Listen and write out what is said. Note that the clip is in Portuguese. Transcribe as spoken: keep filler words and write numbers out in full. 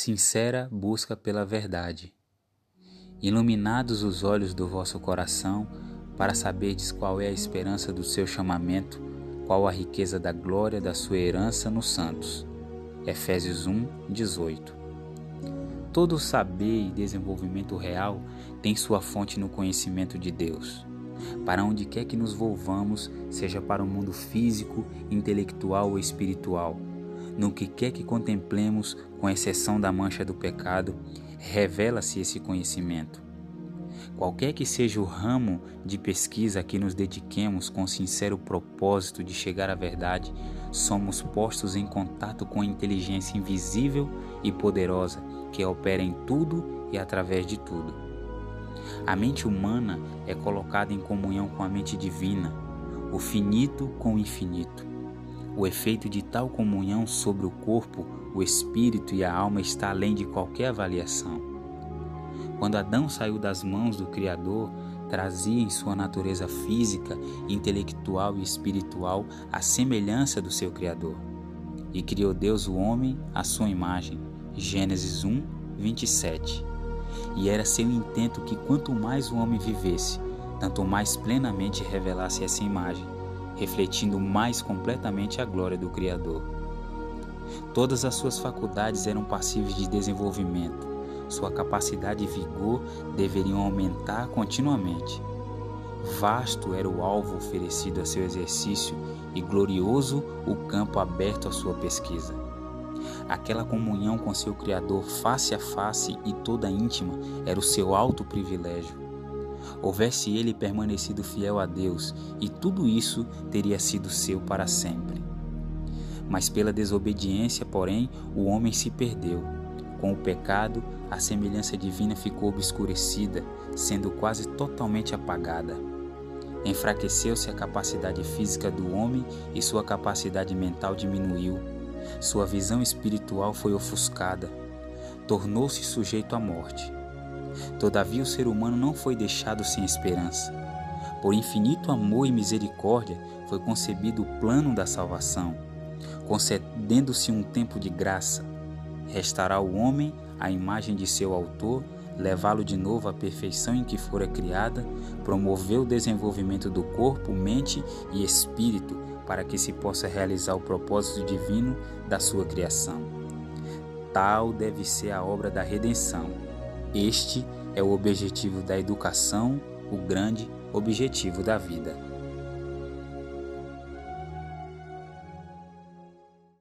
sincera busca pela verdade. Iluminados os olhos do vosso coração, para saberdes qual é a esperança do seu chamamento, qual a riqueza da glória da sua herança nos santos. Efésios um, dezoito. Todo saber e desenvolvimento real tem sua fonte no conhecimento de Deus. Para onde quer que nos volvamos, seja para o mundo físico, intelectual ou espiritual, no que quer que contemplemos, com exceção da mancha do pecado, revela-se esse conhecimento. Qualquer que seja o ramo de pesquisa a que nos dediquemos com sincero propósito de chegar à verdade, somos postos em contato com a inteligência invisível e poderosa que opera em tudo e através de tudo. A mente humana é colocada em comunhão com a mente divina, o finito com o infinito. O efeito de tal comunhão sobre o corpo, o espírito e a alma está além de qualquer avaliação. Quando Adão saiu das mãos do Criador, trazia em sua natureza física, intelectual e espiritual a semelhança do seu Criador. E criou Deus o homem à sua imagem. Gênesis um, vinte e sete. E era seu intento que quanto mais o homem vivesse, tanto mais plenamente revelasse essa imagem, refletindo mais completamente a glória do Criador. Todas as suas faculdades eram passíveis de desenvolvimento. Sua capacidade e vigor deveriam aumentar continuamente. Vasto era o alvo oferecido a seu exercício e glorioso o campo aberto à sua pesquisa. Aquela comunhão com seu Criador face a face e toda íntima era o seu alto privilégio. Houvesse ele permanecido fiel a Deus, e tudo isso teria sido seu para sempre. Mas pela desobediência, porém, o homem se perdeu. Com o pecado, a semelhança divina ficou obscurecida, sendo quase totalmente apagada. Enfraqueceu-se a capacidade física do homem e sua capacidade mental diminuiu. Sua visão espiritual foi ofuscada. Tornou-se sujeito à morte. Todavia o ser humano não foi deixado sem esperança. Por infinito amor e misericórdia foi concebido o plano da salvação, concedendo-se um tempo de graça. Restaurar o homem à imagem de seu autor, levá-lo de novo à perfeição em que fora criada, promover o desenvolvimento do corpo, mente e espírito, para que se possa realizar o propósito divino da sua criação. Tal deve ser a obra da redenção. Este é o objetivo da educação, o grande objetivo da vida.